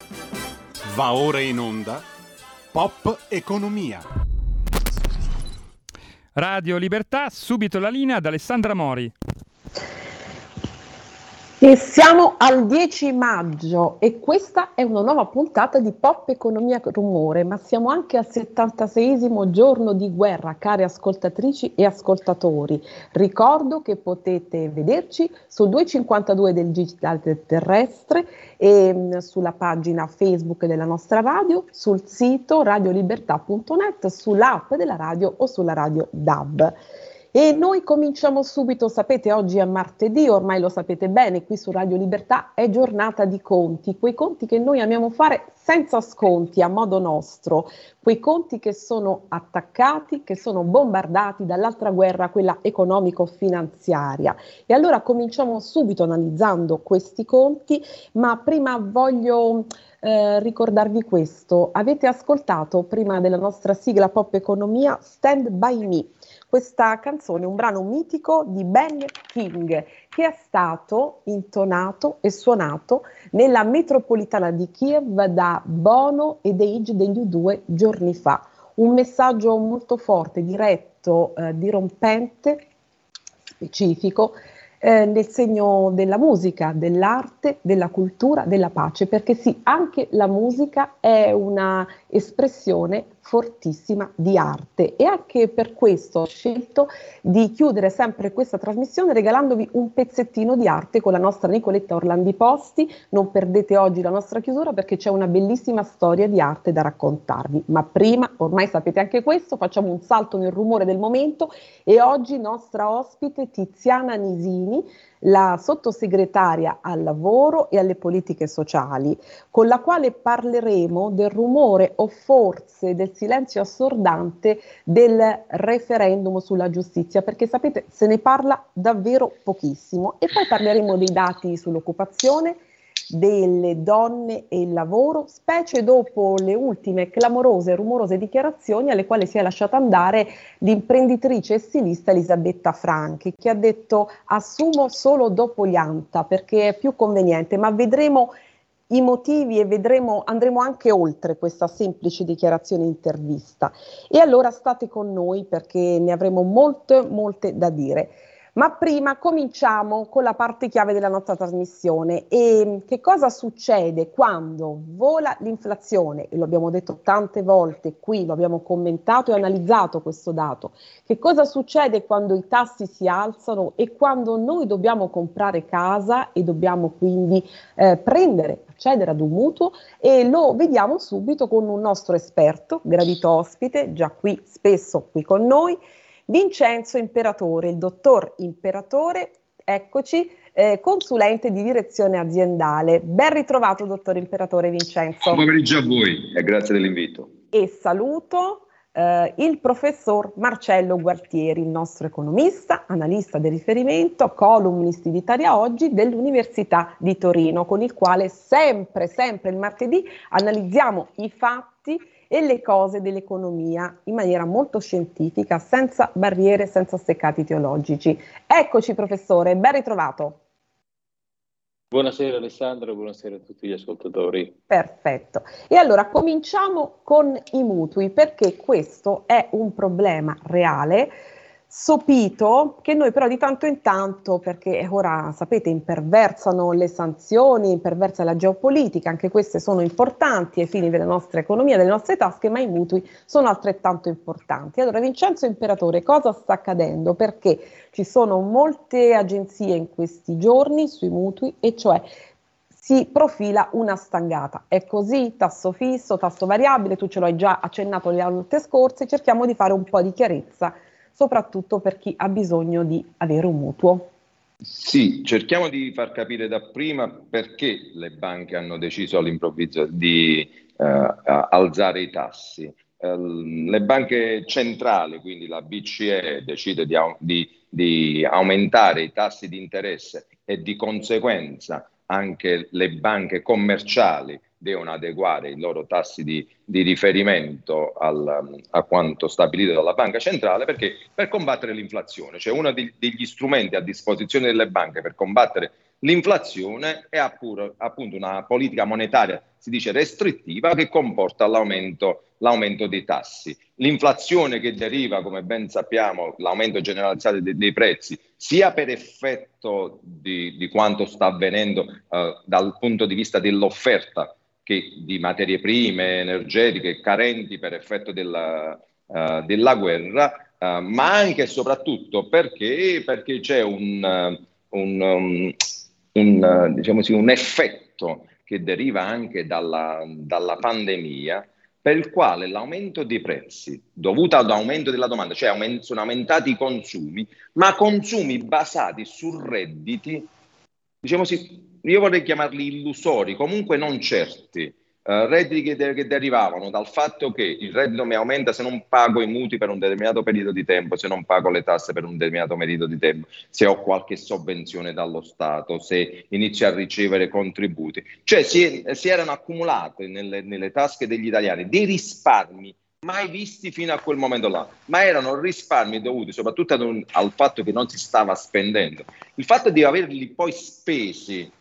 Va ora in onda Pop Economia. Radio Libertà, subito la linea ad Alessandra Mori. E siamo al 10 maggio e questa è una nuova puntata di Pop Economia Rumore, ma siamo anche al 76esimo giorno di guerra, care ascoltatrici e ascoltatori. Ricordo che potete vederci sul 252 del digitale terrestre e sulla pagina Facebook della nostra radio, sul sito radiolibertà.net, sull'app della radio o sulla radio DAB. E noi cominciamo subito, sapete, oggi è martedì, ormai lo sapete bene, qui su Radio Libertà è giornata di conti, quei conti che noi amiamo fare senza sconti, a modo nostro, quei conti che sono attaccati, che sono bombardati dall'altra guerra, quella economico-finanziaria. E allora cominciamo subito analizzando questi conti, ma prima voglio ricordarvi questo. Avete ascoltato prima della nostra sigla Pop Economia Stand By Me. Questa canzone è un brano mitico di Ben King che è stato intonato e suonato nella metropolitana di Kiev da Bono ed Age degli U2 giorni fa. Un messaggio molto forte, diretto, dirompente, specifico, nel segno della musica, dell'arte, della cultura, della pace, perché sì, anche la musica è una espressione fortissima di arte e anche per questo ho scelto di chiudere sempre questa trasmissione regalandovi un pezzettino di arte con la nostra Nicoletta Orlandi Posti. Non perdete oggi la nostra chiusura perché c'è una bellissima storia di arte da raccontarvi, ma prima, ormai sapete anche questo, facciamo un salto nel rumore del momento e oggi nostra ospite Tiziana Nisini, la sottosegretaria al lavoro e alle politiche sociali, con la quale parleremo del rumore o forse del silenzio assordante del referendum sulla giustizia, perché sapete se ne parla davvero pochissimo, e poi parleremo dei dati sull'occupazione, delle donne e il lavoro, specie dopo le ultime clamorose e rumorose dichiarazioni alle quali si è lasciata andare l'imprenditrice e stilista Elisabetta Franchi, che ha detto assumo solo dopo gli ANTA perché è più conveniente, ma vedremo i motivi e andremo anche oltre questa semplice dichiarazione intervista. E allora state con noi perché ne avremo molte da dire. Ma prima cominciamo con la parte chiave della nostra trasmissione. E che cosa succede quando vola l'inflazione? E lo abbiamo detto tante volte qui, lo abbiamo commentato e analizzato questo dato. Che cosa succede quando i tassi si alzano e quando noi dobbiamo comprare casa e dobbiamo quindi accedere ad un mutuo? E lo vediamo subito con un nostro esperto, gradito ospite, già qui spesso qui con noi, Vincenzo Imperatore, il dottor Imperatore, eccoci, consulente di direzione aziendale. Ben ritrovato, dottor Imperatore Vincenzo. Buon pomeriggio a voi e grazie dell'invito. E saluto il professor Marcello Gualtieri, il nostro economista, analista di riferimento, columnist di Italia Oggi dell'Università di Torino, con il quale sempre il martedì analizziamo i fatti e le cose dell'economia in maniera molto scientifica, senza barriere, senza steccati teologici. Eccoci professore, ben ritrovato. Buonasera Alessandro, buonasera a tutti gli ascoltatori. Perfetto. E allora cominciamo con i mutui, perché questo è un problema reale, sopito, che noi però di tanto in tanto, perché ora sapete imperversano le sanzioni, imperversa la geopolitica, anche queste sono importanti ai fini della nostra economia, delle nostre tasche, ma i mutui sono altrettanto importanti. Allora Vincenzo Imperatore, cosa sta accadendo? Perché ci sono molte agenzie in questi giorni sui mutui, e cioè si profila una stangata. È così, tasso fisso, tasso variabile, tu ce l'hai già accennato le volte scorse, cerchiamo di fare un po' di chiarezza, soprattutto per chi ha bisogno di avere un mutuo. Sì, cerchiamo di far capire dapprima perché le banche hanno deciso all'improvviso di alzare i tassi. Le banche centrali, quindi la BCE, decide di aumentare i tassi di interesse e di conseguenza anche le banche commerciali devono adeguare i loro tassi di riferimento a quanto stabilito dalla banca centrale, perché per combattere l'inflazione, cioè uno degli strumenti a disposizione delle banche per combattere L'inflazione è appunto una politica monetaria, si dice restrittiva, che comporta l'aumento dei tassi. L'inflazione che deriva, come ben sappiamo, l'aumento generalizzato dei prezzi, sia per effetto di quanto sta avvenendo dal punto di vista dell'offerta, che di materie prime, energetiche, carenti per effetto della guerra, ma anche e soprattutto perché c'è diciamo sì, un effetto che deriva anche dalla pandemia, per il quale l'aumento dei prezzi dovuto all'aumento della domanda, cioè sono aumentati i consumi, ma consumi basati su redditi, diciamo sì, io vorrei chiamarli illusori, comunque non certi. Redditi che derivavano dal fatto che il reddito mi aumenta se non pago i mutui per un determinato periodo di tempo, se non pago le tasse per un determinato periodo di tempo, se ho qualche sovvenzione dallo Stato, se inizio a ricevere contributi. Cioè si erano accumulate nelle tasche degli italiani dei risparmi mai visti fino a quel momento là, ma erano risparmi dovuti soprattutto al fatto che non si stava spendendo. Il fatto di averli poi spesi,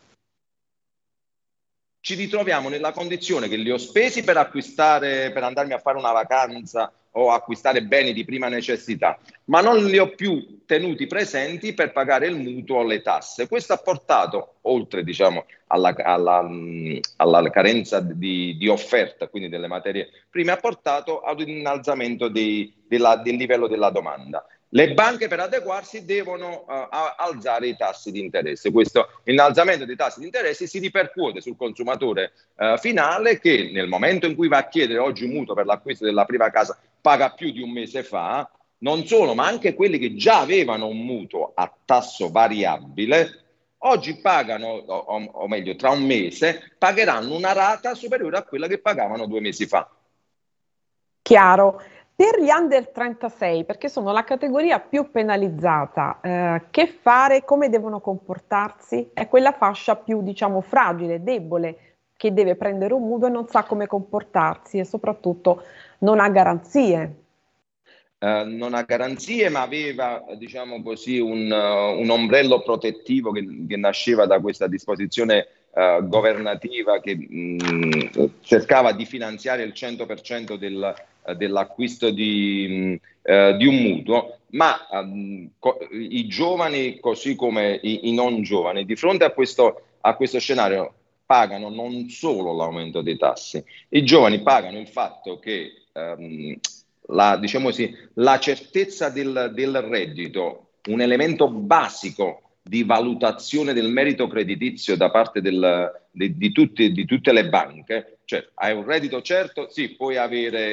ci ritroviamo nella condizione che li ho spesi per andarmi a fare una vacanza o acquistare beni di prima necessità, ma non li ho più tenuti presenti per pagare il mutuo o le tasse. Questo ha portato, oltre diciamo, alla carenza di offerta, quindi delle materie prime, ha portato ad un innalzamento del livello della domanda. Le banche, per adeguarsi, devono alzare i tassi di interesse. Questo innalzamento dei tassi di interesse si ripercuote sul consumatore finale, che nel momento in cui va a chiedere oggi un mutuo per l'acquisto della prima casa paga più di un mese fa. Non solo, ma anche quelli che già avevano un mutuo a tasso variabile oggi pagano, o meglio, tra un mese pagheranno una rata superiore a quella che pagavano 2 mesi fa. Chiaro. Per gli under 36, perché sono la categoria più penalizzata, che fare, come devono comportarsi? È quella fascia più, diciamo, fragile, debole, che deve prendere un mutuo e non sa come comportarsi e soprattutto non ha garanzie. Non ha garanzie, ma aveva, diciamo così, un ombrello protettivo che nasceva da questa disposizione governativa che cercava di finanziare il 100% dell'acquisto di un mutuo, ma i giovani, così come i non giovani, di fronte a questo scenario pagano non solo l'aumento dei tassi, i giovani pagano il fatto che diciamo così, la certezza del reddito, un elemento basico di valutazione del merito creditizio da parte di tutte le banche, cioè hai un reddito certo, sì, puoi avere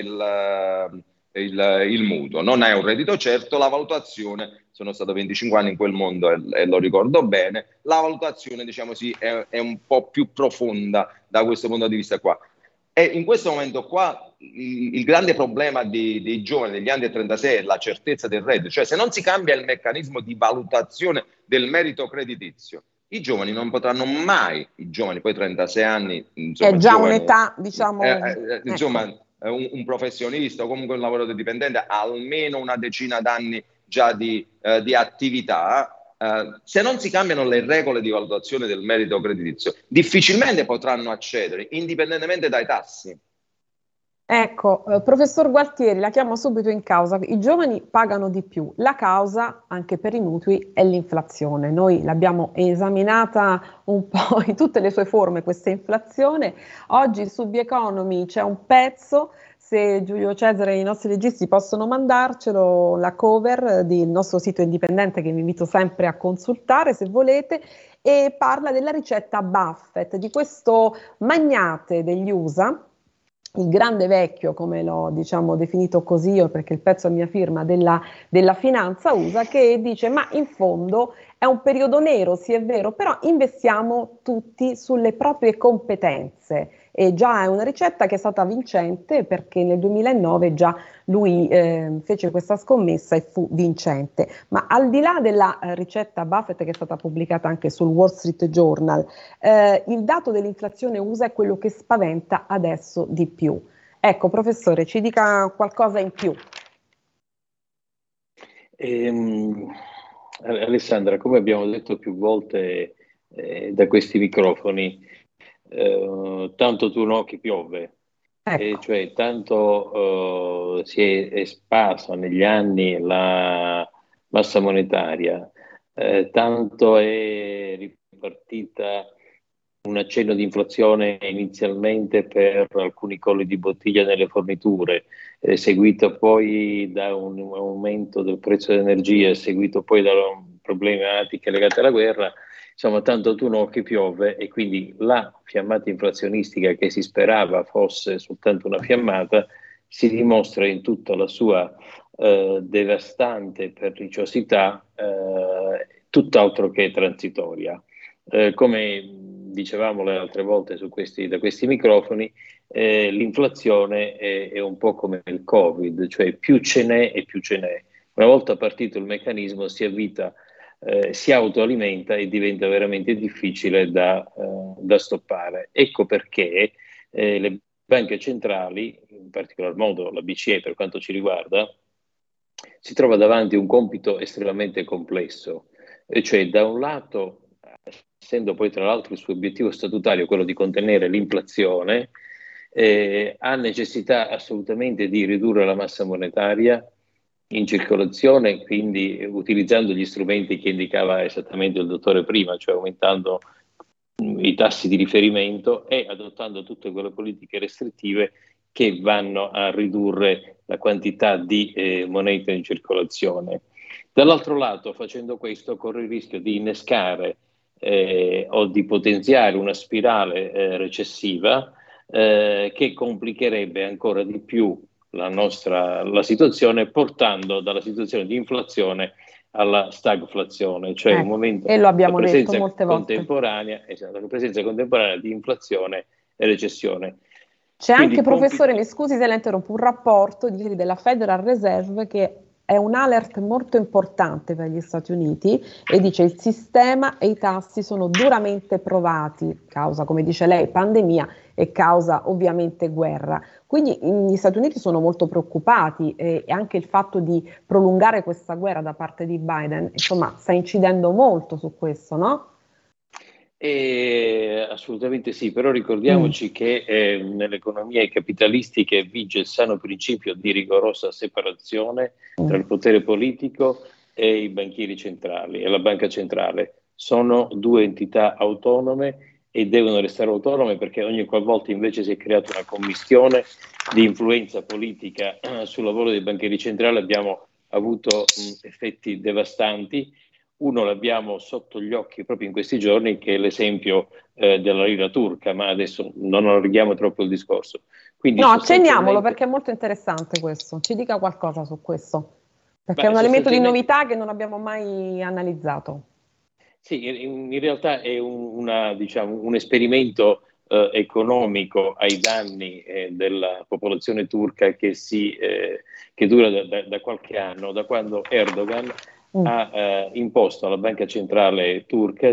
il mutuo, non hai un reddito certo, la valutazione, sono stato 25 anni in quel mondo e lo ricordo bene, la valutazione, diciamo sì, è un po' più profonda da questo punto di vista qua. E in questo momento qua il grande problema dei giovani degli anni 36 è la certezza del reddito, cioè se non si cambia il meccanismo di valutazione del merito creditizio, i giovani non potranno mai, i giovani poi 36 anni, insomma, È già giovani, un'età, diciamo, insomma, ecco. Un professionista o comunque un lavoratore dipendente ha almeno una decina d'anni già di attività. Se non si cambiano le regole di valutazione del merito creditizio, difficilmente potranno accedere, indipendentemente dai tassi. Ecco, professor Gualtieri, la chiamo subito in causa. I giovani pagano di più. La causa, anche per i mutui, è l'inflazione. Noi l'abbiamo esaminata un po' in tutte le sue forme, questa inflazione. Oggi su The Economy c'è un pezzo, se Giulio Cesare e i nostri registi possono mandarcelo, la cover del nostro sito indipendente che vi invito sempre a consultare se volete, e parla della ricetta Buffett, di questo magnate degli USA, il grande vecchio, come l'ho diciamo definito così io, perché il pezzo a mia firma della finanza USA, che dice: ma in fondo è un periodo nero, sì è vero, però investiamo tutti sulle proprie competenze. E già è una ricetta che è stata vincente, perché nel 2009 già lui fece questa scommessa e fu vincente. Ma al di là della ricetta Buffett, che è stata pubblicata anche sul Wall Street Journal, il dato dell'inflazione USA è quello che spaventa adesso di più. Ecco, professore, ci dica qualcosa in più. Alessandra, come abbiamo detto più volte, da questi microfoni, tanto tu no che piove. Ecco. Cioè tanto si è sparsa negli anni la massa monetaria, tanto è ripartita un accenno di inflazione inizialmente per alcuni colli di bottiglia nelle forniture, seguito poi da un aumento del prezzo dell'energia, seguito poi da problematiche legate alla guerra. Insomma, tanto tu no che piove, e quindi la fiammata inflazionistica che si sperava fosse soltanto una fiammata si dimostra in tutta la sua devastante perniciosità, tutt'altro che transitoria. Come dicevamo le altre volte da questi microfoni, l'inflazione è un po' come il Covid, cioè più ce n'è e più ce n'è. Una volta partito il meccanismo si autoalimenta e diventa veramente difficile da stoppare. Ecco perché le banche centrali, in particolar modo la BCE per quanto ci riguarda, si trova davanti a un compito estremamente complesso, cioè da un lato, essendo poi tra l'altro il suo obiettivo statutario quello di contenere l'inflazione, ha necessità assolutamente di ridurre la massa monetaria in circolazione, quindi utilizzando gli strumenti che indicava esattamente il dottore prima, cioè aumentando i tassi di riferimento e adottando tutte quelle politiche restrittive che vanno a ridurre la quantità di moneta in circolazione. Dall'altro lato, facendo questo, corre il rischio di innescare o di potenziare una spirale recessiva che complicherebbe ancora di più la situazione, portando dalla situazione di inflazione alla stagflazione, cioè un momento, e lo abbiamo la detto molte volte. esatto, la presenza contemporanea di inflazione e recessione. C'è Quindi anche, professore, mi scusi se la interrompo, un rapporto di ieri della Federal Reserve che è un alert molto importante per gli Stati Uniti e dice il sistema e i tassi sono duramente provati, causa, come dice lei, pandemia e causa ovviamente guerra. Quindi gli Stati Uniti sono molto preoccupati e anche il fatto di prolungare questa guerra da parte di Biden, insomma, sta incidendo molto su questo, no? Assolutamente sì, però ricordiamoci che nelle economie capitalistiche vige il sano principio di rigorosa separazione tra il potere politico e i banchieri centrali e la banca centrale. Sono due entità autonome e devono restare autonome, perché ogni qualvolta invece si è creata una commistione di influenza politica sul lavoro dei banchieri centrali abbiamo avuto effetti devastanti. Uno l'abbiamo sotto gli occhi proprio in questi giorni, che è l'esempio della lira turca, ma adesso non allarghiamo troppo il discorso. Quindi no, accenniamolo perché è molto interessante questo. Ci dica qualcosa su questo, perché è un elemento di novità che non abbiamo mai analizzato. Sì, in realtà è un esperimento economico ai danni della popolazione turca che dura da qualche anno, da quando Erdogan ha imposto alla banca centrale turca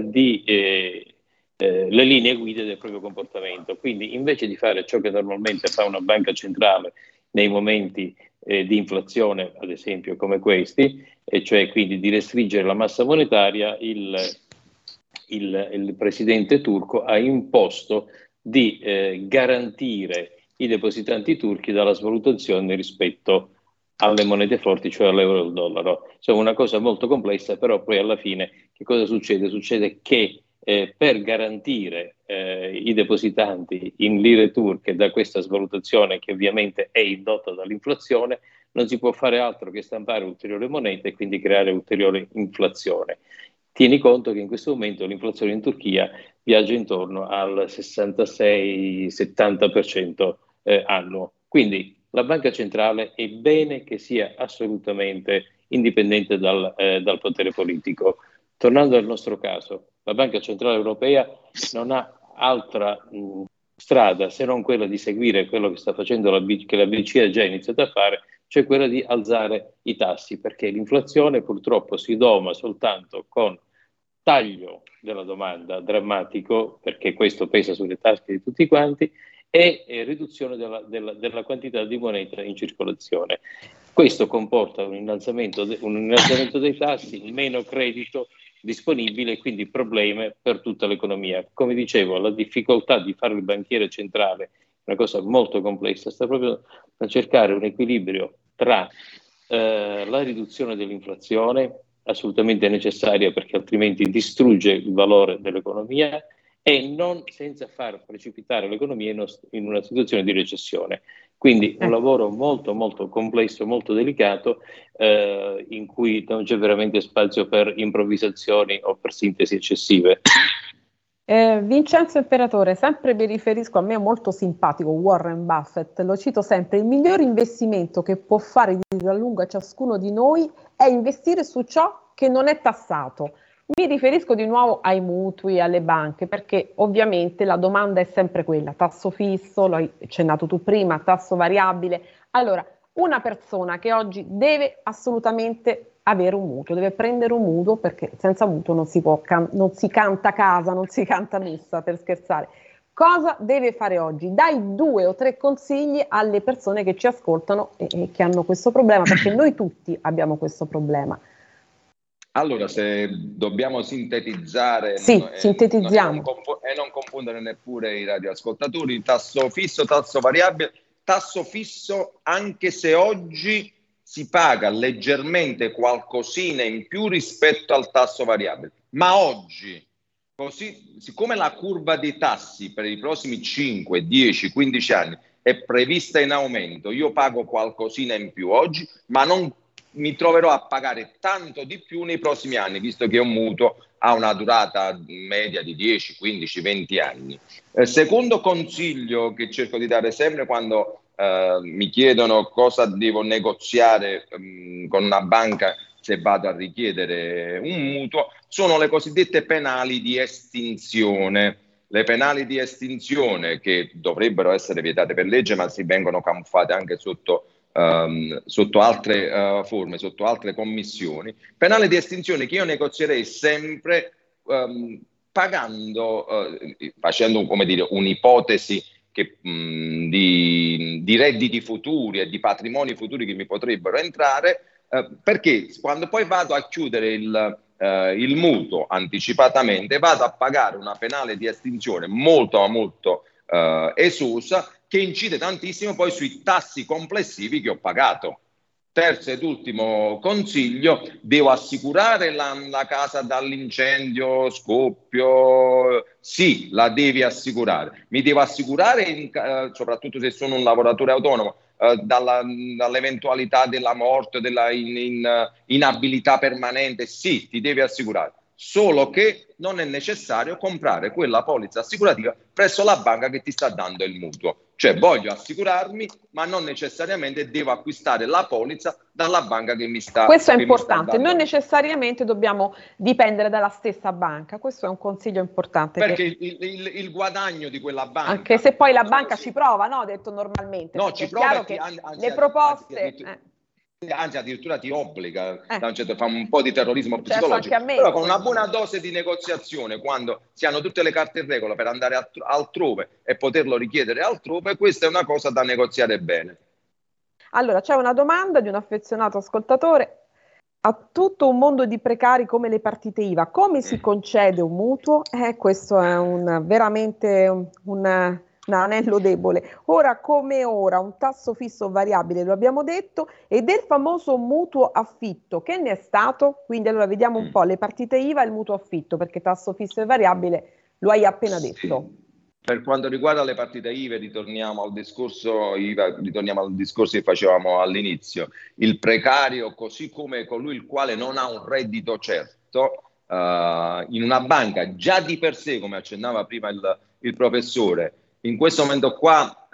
le linee guida del proprio comportamento. Quindi invece di fare ciò che normalmente fa una banca centrale nei momenti di inflazione, ad esempio come questi, e cioè quindi di restringere la massa monetaria, il presidente turco ha imposto di garantire i depositanti turchi dalla svalutazione rispetto alle monete forti, cioè all'euro e al dollaro. Insomma, una cosa molto complessa, però poi alla fine che cosa succede? Succede che per garantire i depositanti in lire turche da questa svalutazione, che ovviamente è indotta dall'inflazione, non si può fare altro che stampare ulteriore moneta e quindi creare ulteriore inflazione. Tieni conto che in questo momento l'inflazione in Turchia viaggia intorno al 66-70% annuo. Quindi la banca centrale è bene che sia assolutamente indipendente dal potere politico. Tornando al nostro caso, la Banca Centrale Europea non ha altra strada se non quella di seguire quello che sta facendo che la BCE ha già iniziato a fare, cioè quella di alzare i tassi, perché l'inflazione purtroppo si doma soltanto con taglio della domanda drammatico, perché questo pesa sulle tasche di tutti quanti, e riduzione della quantità di moneta in circolazione. Questo comporta un innalzamento dei tassi, meno credito, disponibile e quindi problemi per tutta l'economia. Come dicevo, la difficoltà di fare il banchiere centrale è una cosa molto complessa, sta proprio a cercare un equilibrio tra la riduzione dell'inflazione, assolutamente necessaria perché altrimenti distrugge il valore dell'economia, e non senza far precipitare l'economia in una situazione di recessione. Quindi un lavoro molto molto complesso, molto delicato, in cui non c'è veramente spazio per improvvisazioni o per sintesi eccessive. Vincenzo Imperatore, sempre mi riferisco, a me è molto simpatico Warren Buffett, lo cito sempre: il miglior investimento che può fare di gran lunga ciascuno di noi è investire su ciò che non è tassato. Mi riferisco di nuovo ai mutui, alle banche, perché ovviamente la domanda è sempre quella: tasso fisso, lo hai accennato tu prima, tasso variabile. Allora, una persona che oggi deve assolutamente avere un mutuo, deve prendere un mutuo, perché senza mutuo non si può non si canta casa, non si canta messa, per scherzare. Cosa deve fare oggi? Dai 2 o 3 consigli alle persone che ci ascoltano e che hanno questo problema, perché noi tutti abbiamo questo problema. Allora, se dobbiamo sintetizzare, sintetizziamo. E non confondere neppure i radioascoltatori, tasso fisso, tasso variabile, tasso fisso anche se oggi si paga leggermente qualcosina in più rispetto al tasso variabile, ma oggi, così, siccome la curva dei tassi per i prossimi 5, 10, 15 anni è prevista in aumento, io pago qualcosina in più oggi, ma non mi troverò a pagare tanto di più nei prossimi anni, visto che un mutuo ha una durata media di 10, 15, 20 anni. Secondo consiglio che cerco di dare sempre quando mi chiedono cosa devo negoziare con una banca se vado a richiedere un mutuo, sono le cosiddette penali di estinzione. Le penali di estinzione, che dovrebbero essere vietate per legge, ma si vengono camuffate anche sotto altre forme, sotto altre commissioni. Penale di estinzione che io negozierei sempre pagando, facendo, come dire, un'ipotesi di redditi futuri e di patrimoni futuri che mi potrebbero entrare, perché quando poi vado a chiudere il mutuo anticipatamente vado a pagare una penale di estinzione molto molto esosa, che incide tantissimo poi sui tassi complessivi che ho pagato. Terzo ed ultimo consiglio: devo assicurare la casa dall'incendio, scoppio? Sì, la devi assicurare. Mi devo assicurare, soprattutto se sono un lavoratore autonomo, dall'eventualità della morte, della inabilità permanente? Sì, ti devi assicurare. Solo che non è necessario comprare quella polizza assicurativa presso la banca che ti sta dando il mutuo. Cioè, voglio assicurarmi, ma non necessariamente devo acquistare la polizza dalla banca che mi sta. Questo è importante, non necessariamente dobbiamo dipendere dalla stessa banca, questo è un consiglio importante. Perché il guadagno di quella banca... Anche se poi la banca ci prova, no? Detto normalmente. No, ci prova, che le proposte... Anzi, addirittura ti obbliga, fa un po' di terrorismo psicologico, però con una buona dose di negoziazione, quando si hanno tutte le carte in regola per andare altrove e poterlo richiedere altrove, questa è una cosa da negoziare bene. Allora, c'è una domanda di un affezionato ascoltatore: a tutto un mondo di precari come le partite IVA, come si concede un mutuo? Questo è veramente un anello debole. Ora come ora, un tasso fisso variabile, lo abbiamo detto, e del famoso mutuo affitto, che ne è stato? Quindi allora vediamo un po' le partite IVA e il mutuo affitto, perché tasso fisso e variabile lo hai appena detto. Per quanto riguarda le partite IVA, ritorniamo al discorso che facevamo all'inizio. Il precario, così come colui il quale non ha un reddito certo, in una banca già di per sé, come accennava prima il professore, in questo momento qua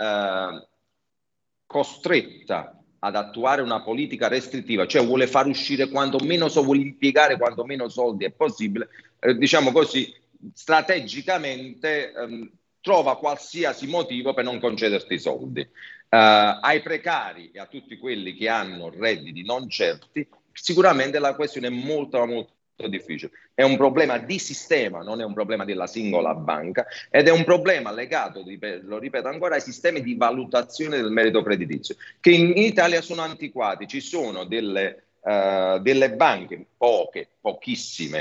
costretta ad attuare una politica restrittiva, cioè vuole far uscire vuole impiegare quanto meno soldi è possibile, diciamo così, strategicamente trova qualsiasi motivo per non concederti i soldi. Ai precari e a tutti quelli che hanno redditi non certi, sicuramente la questione è molto molto difficile. È un problema di sistema, non è un problema della singola banca, ed è un problema legato, lo ripeto ancora, ai sistemi di valutazione del merito creditizio, che in Italia sono antiquati. Ci sono delle banche, pochissime,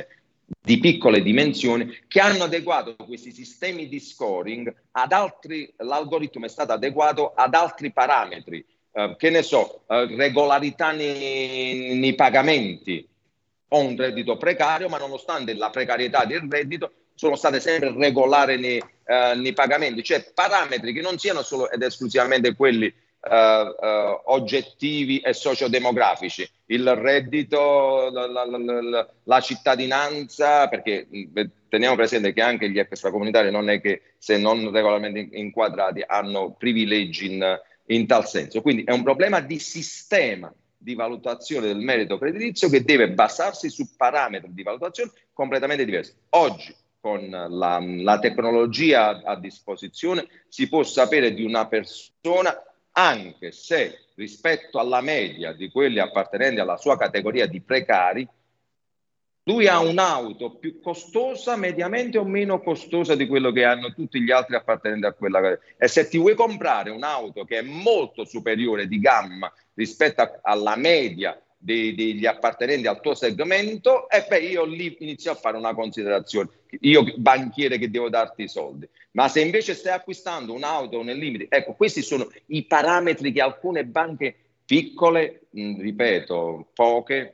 di piccole dimensioni che hanno adeguato questi sistemi di scoring ad altri, l'algoritmo è stato adeguato ad altri parametri, che ne so, regolarità nei pagamenti. Ho un reddito precario, ma nonostante la precarietà del reddito sono state sempre regolari nei pagamenti, cioè parametri che non siano solo ed esclusivamente quelli oggettivi e sociodemografici, il reddito, la cittadinanza, perché teniamo presente che anche gli extracomunitari non è che, se non regolarmente inquadrati, hanno privilegi in tal senso. Quindi è un problema di sistema di valutazione del merito creditizio che deve basarsi su parametri di valutazione completamente diversi. Oggi, con la tecnologia a disposizione, si può sapere di una persona anche se rispetto alla media di quelli appartenenti alla sua categoria di precari, lui ha un'auto più costosa mediamente o meno costosa di quello che hanno tutti gli altri appartenenti a quella categoria. E se ti vuoi comprare un'auto che è molto superiore di gamma rispetto alla media degli appartenenti al tuo segmento, io lì inizio a fare una considerazione. Io, banchiere, che devo darti i soldi. Ma se invece stai acquistando un'auto nel limite, ecco, questi sono i parametri che alcune banche piccole, ripeto, poche,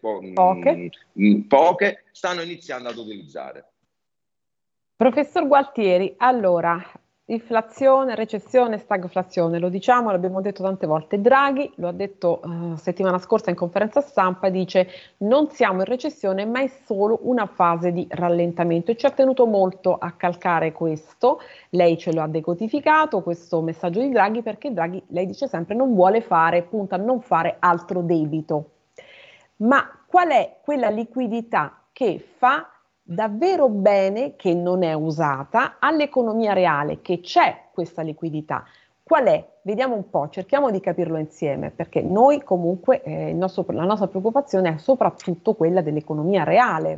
stanno iniziando ad utilizzare. Professor Gualtieri, allora, inflazione, recessione, stagflazione, lo diciamo, l'abbiamo detto tante volte. Draghi lo ha detto settimana scorsa in conferenza stampa, dice non siamo in recessione ma è solo una fase di rallentamento, e ci ha tenuto molto a calcare questo. Lei ce lo ha decodificato questo messaggio di Draghi, perché Draghi, lei dice sempre, non vuole fare, punta a non fare altro debito. Ma qual è quella liquidità che fa davvero bene, che non è usata, all'economia reale, che c'è questa liquidità? Qual è? Vediamo un po', cerchiamo di capirlo insieme, perché noi comunque la nostra preoccupazione è soprattutto quella dell'economia reale.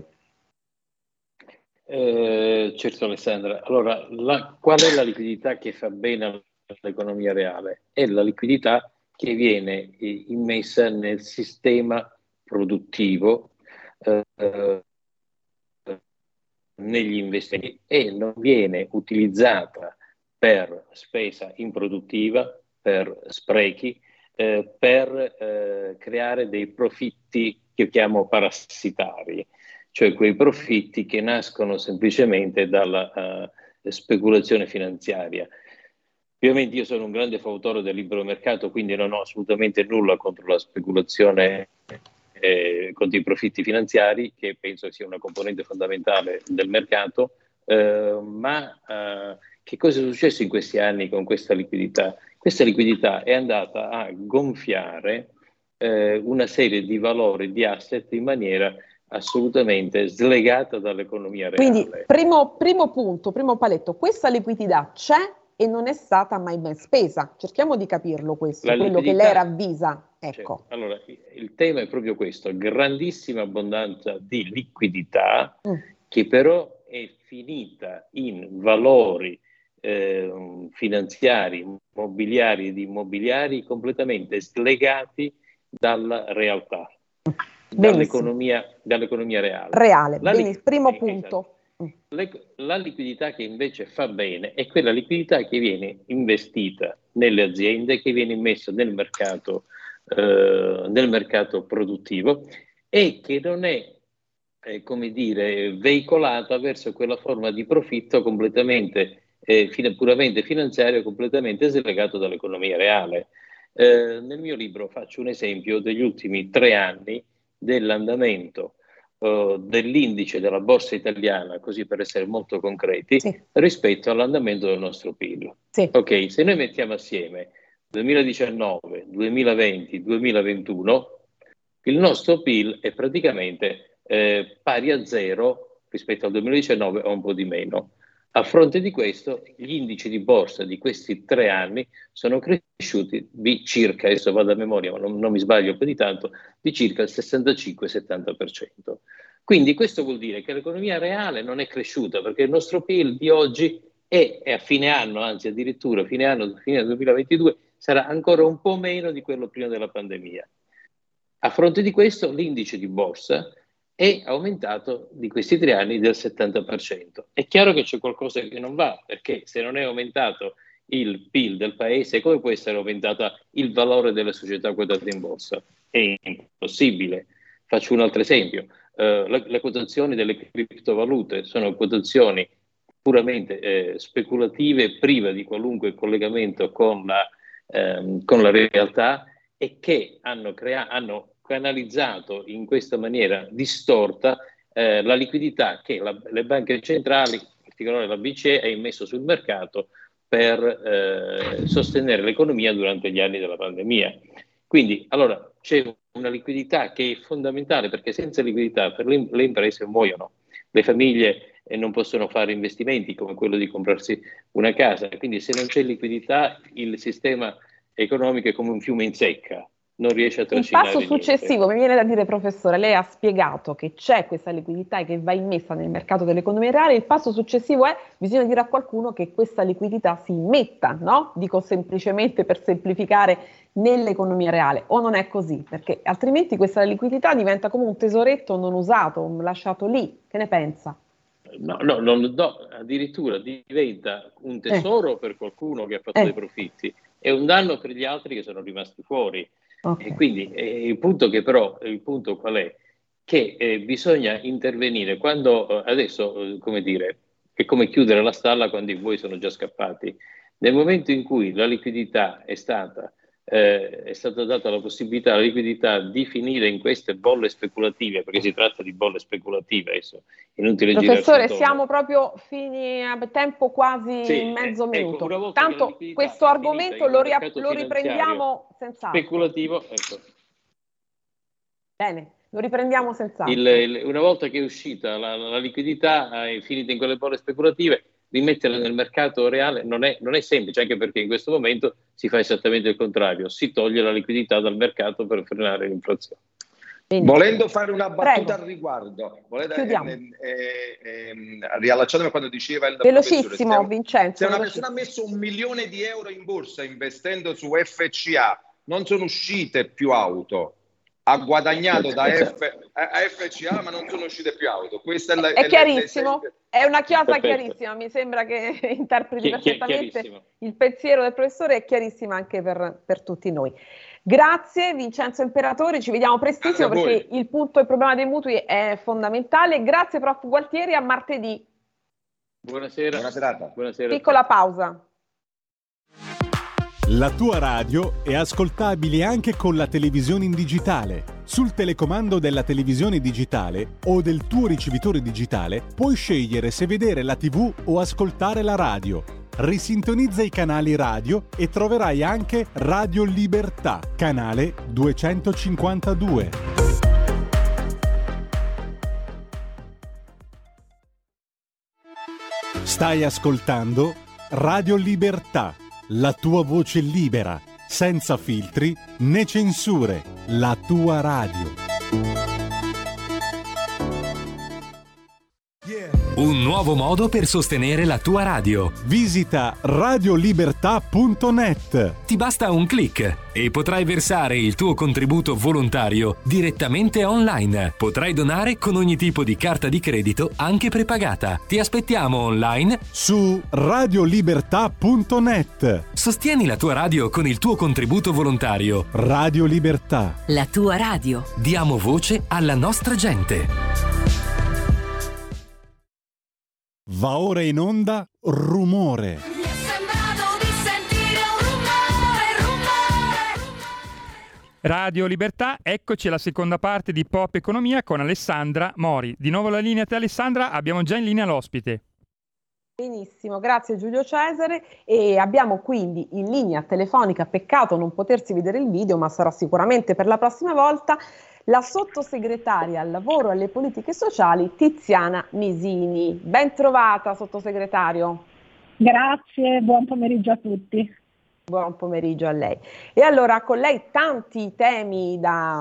Certo, Alessandra. Allora, qual è la liquidità che fa bene all'economia reale? È la liquidità che viene immessa nel sistema produttivo, negli investimenti, e non viene utilizzata per spesa improduttiva, per sprechi, per creare dei profitti che io chiamo parassitari, cioè quei profitti che nascono semplicemente dalla speculazione finanziaria. Ovviamente io sono un grande fautore del libero mercato, quindi non ho assolutamente nulla contro la speculazione, contro i profitti finanziari, che penso sia una componente fondamentale del mercato, ma che cosa è successo in questi anni con questa liquidità? Questa liquidità è andata a gonfiare una serie di valori, di asset, in maniera assolutamente slegata dall'economia reale. Quindi primo punto, primo paletto, questa liquidità c'è e non è stata mai ben spesa. Cerchiamo di capirlo questo, quello che lei ravvisa. Ecco. Cioè, allora, il tema è proprio questo: grandissima abbondanza di liquidità che però è finita in valori finanziari, mobiliari ed immobiliari completamente slegati dalla realtà, dall'economia reale. Primo punto. La liquidità che invece fa bene è quella liquidità che viene investita nelle aziende, che viene immessa nel mercato produttivo, e che non è come dire, veicolata verso quella forma di profitto completamente puramente finanziario, completamente slegato dall'economia reale. Nel mio libro faccio un esempio degli ultimi 3 anni dell'andamento dell'indice della borsa italiana, così per essere molto concreti, sì, rispetto all'andamento del nostro PIL. Sì. Ok, se noi mettiamo assieme 2019, 2020, 2021, il nostro PIL è praticamente pari a zero rispetto al 2019 o un po' di meno. A fronte di questo, gli indici di borsa di questi 3 anni sono cresciuti di circa, adesso vado a memoria ma non mi sbaglio più di tanto, di circa il 65-70%. Quindi questo vuol dire che l'economia reale non è cresciuta, perché il nostro PIL di oggi è a fine anno, anzi addirittura fine 2022, sarà ancora un po' meno di quello prima della pandemia. A fronte di questo, l'indice di borsa è aumentato di questi 3 anni del 70%. È chiaro che c'è qualcosa che non va, perché se non è aumentato il PIL del paese, come può essere aumentato il valore delle società quotate in borsa? È impossibile. Faccio un altro esempio. Le quotazioni delle criptovalute sono quotazioni puramente speculative, prive di qualunque collegamento con la realtà, e che hanno canalizzato in questa maniera distorta la liquidità che le banche centrali, in particolare la BCE, ha immesso sul mercato per sostenere l'economia durante gli anni della pandemia. Quindi, allora, c'è una liquidità che è fondamentale, perché senza liquidità le imprese muoiono, le famiglie non possono fare investimenti come quello di comprarsi una casa, quindi se non c'è liquidità il sistema economico è come un fiume in secca, non riesce a trascinare Il passo successivo, mi viene da dire, professore, lei ha spiegato che c'è questa liquidità e che va immessa nel mercato dell'economia reale. Il passo successivo è, bisogna dire a qualcuno che questa liquidità si immetta, no? Dico semplicemente per semplificare, nell'economia reale, o non è così? Perché altrimenti questa liquidità diventa come un tesoretto non usato, lasciato lì. Che ne pensa? No, addirittura diventa un tesoro per qualcuno che ha fatto dei profitti e un danno per gli altri che sono rimasti fuori. Okay. E quindi il punto qual è? Che bisogna intervenire quando adesso, come dire, è come chiudere la stalla quando i buoi sono già scappati. Nel momento in cui la liquidità è stata data la possibilità alla liquidità di finire in queste bolle speculative, perché si tratta di bolle speculative adesso, inutile girarsi Professore, intorno. Siamo proprio fini a tempo quasi mezzo minuto. Ecco, tanto questo argomento lo riprendiamo senz'altro. Speculativo, ecco. Bene, lo riprendiamo senz'altro. Una volta che è uscita la liquidità, è finita in quelle bolle speculative, rimetterla nel mercato reale non è semplice, anche perché in questo momento si fa esattamente il contrario, si toglie la liquidità dal mercato per frenare l'inflazione. Volendo fare una battuta al riguardo, riallacciandomi a quando diceva il velocissimo, Vincenzo. Se una persona ha messo €1 milione in borsa investendo su FCA, non sono uscite più auto. Ha guadagnato da FCA, ma non sono uscite più auto. Questa è chiarissimo, è una chiosa chiarissima. Mi sembra che interpreti perfettamente il pensiero del professore, è chiarissima anche per tutti noi. Grazie Vincenzo Imperatori, ci vediamo prestissimo perché il problema dei mutui è fondamentale. Grazie prof Gualtieri, a martedì. Buonasera. Buona serata. Buonasera. Piccola pausa. La tua radio è ascoltabile anche con la televisione in digitale. Sul telecomando della televisione digitale o del tuo ricevitore digitale puoi scegliere se vedere la TV o ascoltare la radio. Risintonizza i canali radio e troverai anche Radio Libertà, canale 252. Stai ascoltando Radio Libertà, la tua voce libera, senza filtri né censure, la tua radio. Un nuovo modo per sostenere la tua radio. Visita radiolibertà.net. Ti basta un click e potrai versare il tuo contributo volontario direttamente online. Potrai donare con ogni tipo di carta di credito, anche prepagata. Ti aspettiamo online su radiolibertà.net. Sostieni la tua radio con il tuo contributo volontario. Radio Libertà. La tua radio. Diamo voce alla nostra gente. Va ora in onda Rumore. Mi è sembrato di sentire un rumore. Radio Libertà, eccoci alla seconda parte di Pop Economia con Alessandra Mori. Di nuovo la linea a te Alessandra, abbiamo già in linea l'ospite. Benissimo, grazie Giulio Cesare, e abbiamo quindi in linea telefonica, peccato non potersi vedere il video, ma sarà sicuramente per la prossima volta, la sottosegretaria al lavoro e alle politiche sociali Tiziana Misini. Ben trovata sottosegretario. Grazie, buon pomeriggio a tutti. Buon pomeriggio a lei. E allora con lei tanti temi da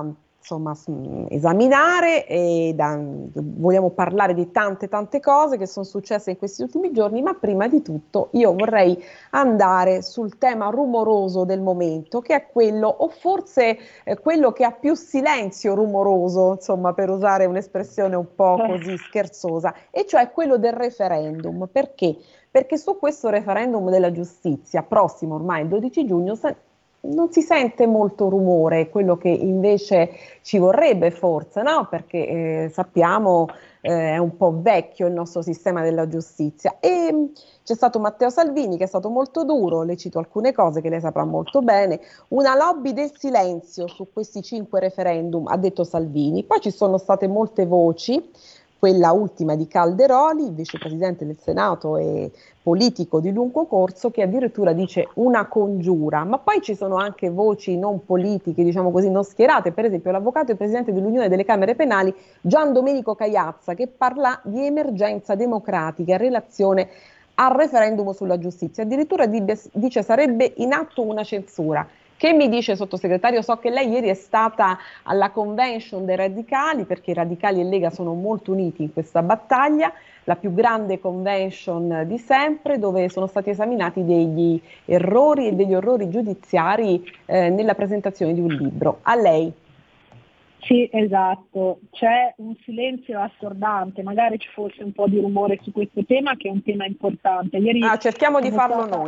insomma, esaminare e vogliamo parlare di tante cose che sono successe in questi ultimi giorni, ma prima di tutto io vorrei andare sul tema rumoroso del momento, che è quello, o forse quello che ha più silenzio rumoroso, insomma, per usare un'espressione un po' così scherzosa, e cioè quello del referendum. Perché? Perché su questo referendum della giustizia, prossimo ormai il 12 giugno, non si sente molto rumore, quello che invece ci vorrebbe forse, no? Perché sappiamo è un po' vecchio il nostro sistema della giustizia. E c'è stato Matteo Salvini che è stato molto duro, le cito alcune cose che lei saprà molto bene, una lobby del silenzio su questi 5 referendum, ha detto Salvini. Poi ci sono state molte voci, quella ultima di Calderoli, vicepresidente del Senato e politico di lungo corso, che addirittura dice una congiura, ma poi ci sono anche voci non politiche, diciamo così, non schierate, per esempio l'avvocato e presidente dell'Unione delle Camere Penali, Gian Domenico Cagliazza, che parla di emergenza democratica in relazione al referendum sulla giustizia, addirittura dice sarebbe in atto una censura. Che mi dice, sottosegretario? So che lei ieri è stata alla convention dei radicali, perché i radicali e Lega sono molto uniti in questa battaglia, la più grande convention di sempre, dove sono stati esaminati degli errori e degli orrori giudiziari nella presentazione di un libro. A lei. Sì, esatto, c'è un silenzio assordante, magari ci fosse un po' di rumore su questo tema, che è un tema importante. Ieri cerchiamo di farlo stata... noi.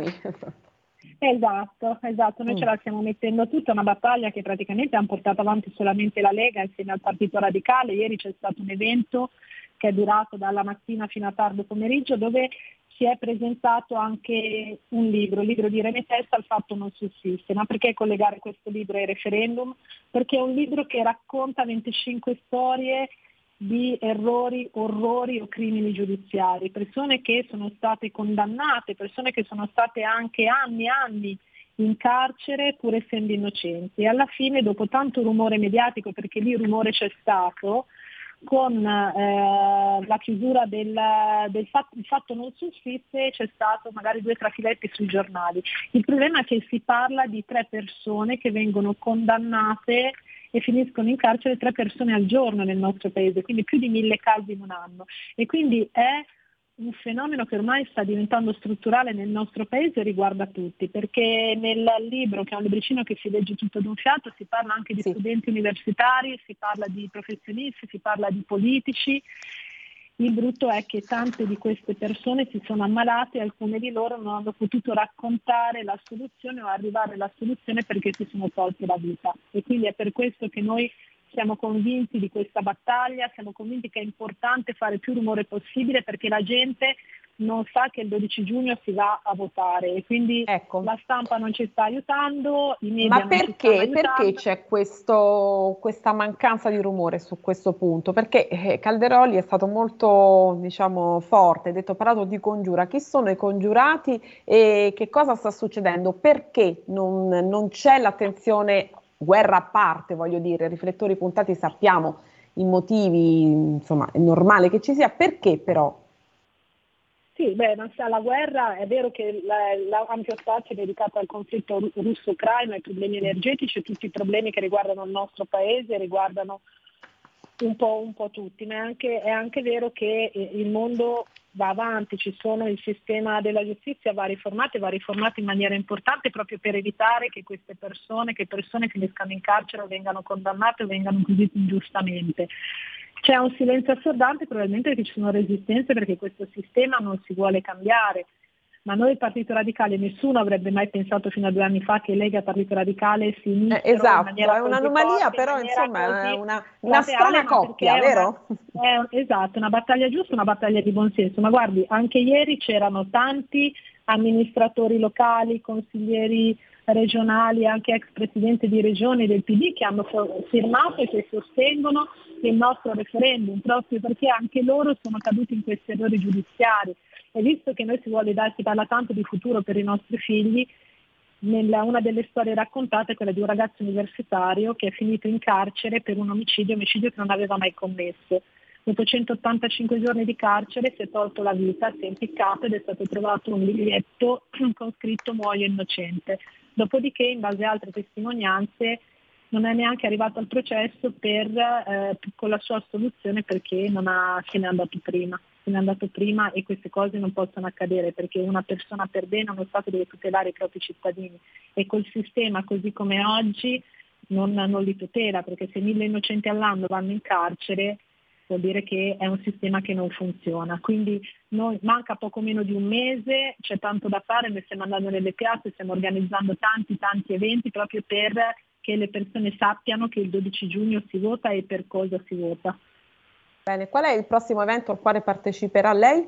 Esatto, noi ce la stiamo mettendo tutta, una battaglia che praticamente hanno portato avanti solamente la Lega insieme al Partito Radicale. Ieri c'è stato un evento che è durato dalla mattina fino a tardo pomeriggio, dove si è presentato anche un libro, il libro di Irene Testa, Il fatto non sussiste. Ma perché collegare questo libro ai referendum? Perché è un libro che racconta 25 storie di errori, orrori o crimini giudiziari, persone che sono state condannate, persone che sono state anche anni e anni in carcere pur essendo innocenti. E alla fine, dopo tanto rumore mediatico, perché lì rumore c'è stato, con la chiusura del fatto, il fatto non sussiste, c'è stato magari 2 trafiletti sui giornali. Il problema è che si parla di 3 persone che vengono condannate e finiscono in carcere, 3 persone al giorno nel nostro paese, quindi più di 1000 casi in un anno. E quindi è un fenomeno che ormai sta diventando strutturale nel nostro paese e riguarda tutti, perché nel libro, che è un libricino che si legge tutto d'un fiato, si parla anche di studenti universitari, si parla di professionisti, si parla di politici. Il brutto è che tante di queste persone si sono ammalate e alcune di loro non hanno potuto raccontare la soluzione o arrivare alla soluzione perché si sono tolte la vita. E quindi è per questo che noi siamo convinti di questa battaglia, siamo convinti che è importante fare più rumore possibile, perché la gente non sa che il 12 giugno si va a votare e quindi la stampa non ci sta aiutando, i media Ma non ci stanno aiutando. perché c'è questa mancanza di rumore su questo punto? Perché Calderoli è stato molto, diciamo, forte, ha parlato di congiura. Chi sono i congiurati e che cosa sta succedendo? Perché non c'è l'attenzione, guerra a parte, voglio dire, riflettori puntati, sappiamo i motivi, insomma, è normale che ci sia, perché però? Sì, ma la guerra, è vero che l'ampio spazio è dedicato al conflitto russo-ucraino, ai problemi energetici e tutti i problemi che riguardano il nostro paese, riguardano un po' tutti, ma è anche vero che il mondo va avanti, il sistema della giustizia va riformato in maniera importante proprio per evitare che queste persone finiscano in carcere o vengano condannate o vengano acquisite ingiustamente. C'è un silenzio assordante probabilmente perché ci sono resistenze, perché questo sistema non si vuole cambiare, ma noi il Partito Radicale, nessuno avrebbe mai pensato fino a 2 anni fa che Lega e Partito Radicale si unissero in maniera è un'anomalia, forte, però insomma è una strana plateale, coppia, vero? Esatto, una battaglia giusta, una battaglia di buonsenso, ma guardi, anche ieri c'erano tanti amministratori locali, consiglieri regionali, anche ex presidenti di regioni del PD che hanno firmato e che sostengono il nostro referendum, proprio perché anche loro sono caduti in questi errori giudiziari. E visto che noi si parla tanto di futuro per i nostri figli, una delle storie raccontate è quella di un ragazzo universitario che è finito in carcere per un omicidio che non aveva mai commesso. Dopo 185 giorni di carcere si è tolto la vita, si è impiccato ed è stato trovato un biglietto con scritto "muoio innocente". Dopodiché, in base a altre testimonianze, non è neanche arrivato al processo con la sua assoluzione perché se n'è andato prima. Se n'è andato prima e queste cose non possono accadere perché una persona per bene, uno Stato deve tutelare i propri cittadini e col sistema così come è oggi non li tutela, perché se 1.000 innocenti all'anno vanno in carcere vuol dire che è un sistema che non funziona. Quindi manca poco meno di un mese, c'è tanto da fare, noi stiamo andando nelle piazze, stiamo organizzando tanti eventi proprio perché le persone sappiano che il 12 giugno si vota e per cosa si vota. Bene, qual è il prossimo evento al quale parteciperà lei?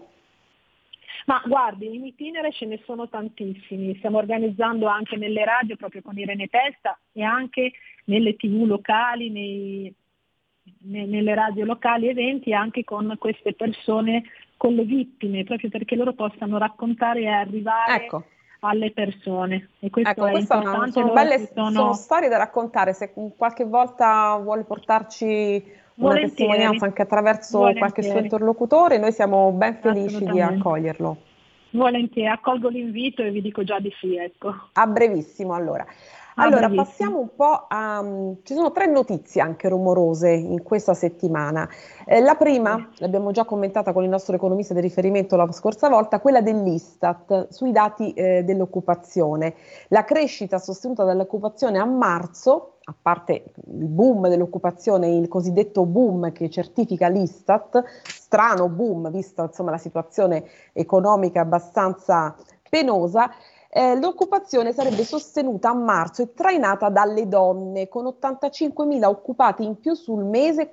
Ma guardi, in itinere ce ne sono tantissimi, stiamo organizzando anche nelle radio proprio con Irene Testa e anche nelle TV locali, nelle radio locali eventi anche con queste persone, con le vittime, proprio perché loro possano raccontare e arrivare alle persone. E questo è importante. Sono storie da raccontare, se qualche volta vuole portarci una testimonianza anche attraverso qualche suo interlocutore, noi siamo ben felici di accoglierlo. Volentieri, accolgo l'invito e vi dico già di sì, ecco. A brevissimo allora. Allora, passiamo un po' ci sono 3 notizie anche rumorose in questa settimana. La prima, l'abbiamo già commentata con il nostro economista di riferimento la scorsa volta, quella dell'Istat sui dati dell'occupazione. La crescita sostenuta dall'occupazione a marzo, a parte il boom dell'occupazione, il cosiddetto boom che certifica l'Istat, strano boom vista insomma la situazione economica abbastanza penosa, l'occupazione sarebbe sostenuta a marzo e trainata dalle donne, con 85.000 occupati in più sul mese,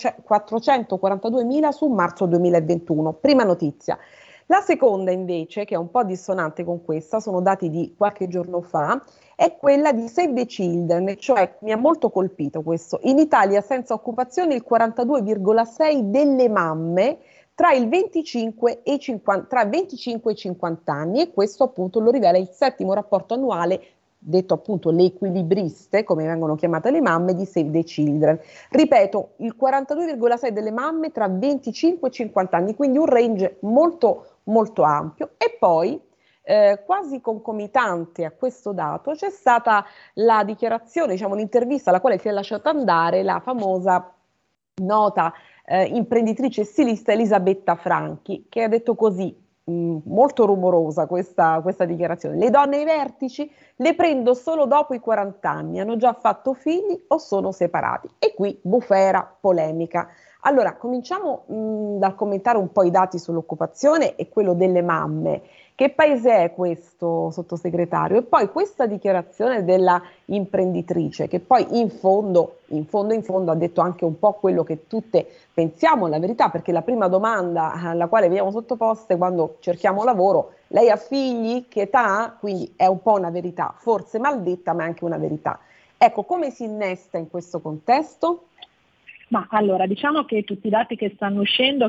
442.000 su marzo 2021. Prima notizia. La seconda invece, che è un po' dissonante con questa, sono dati di qualche giorno fa, è quella di Save the Children, cioè mi ha molto colpito questo. In Italia senza occupazione il 42,6 delle mamme tra i 25 e i 50 anni, e questo appunto lo rivela il 7° rapporto annuale, detto appunto le equilibriste, come vengono chiamate le mamme, di Save the Children. Ripeto, il 42,6 delle mamme tra 25 e 50 anni, quindi un range molto molto ampio. E poi quasi concomitante a questo dato c'è stata la dichiarazione, diciamo l'intervista alla quale si è lasciata andare la famosa nota imprenditrice e stilista Elisabetta Franchi, che ha detto così, molto rumorosa questa dichiarazione: le donne ai vertici le prendo solo dopo i 40 anni, hanno già fatto figli o sono separati. E qui bufera, polemica. Allora, cominciamo dal commentare un po' i dati sull'occupazione e quello delle mamme. Che paese è questo, sottosegretario? E poi questa dichiarazione della imprenditrice, che poi in fondo ha detto anche un po' quello che tutte pensiamo, la verità, perché la prima domanda alla quale veniamo sottoposte quando cerchiamo lavoro: lei ha figli? Che età ha? Quindi è un po' una verità, forse mal detta, ma è anche una verità. Ecco, come si innesta in questo contesto? Ma allora, diciamo che tutti i dati che stanno uscendo,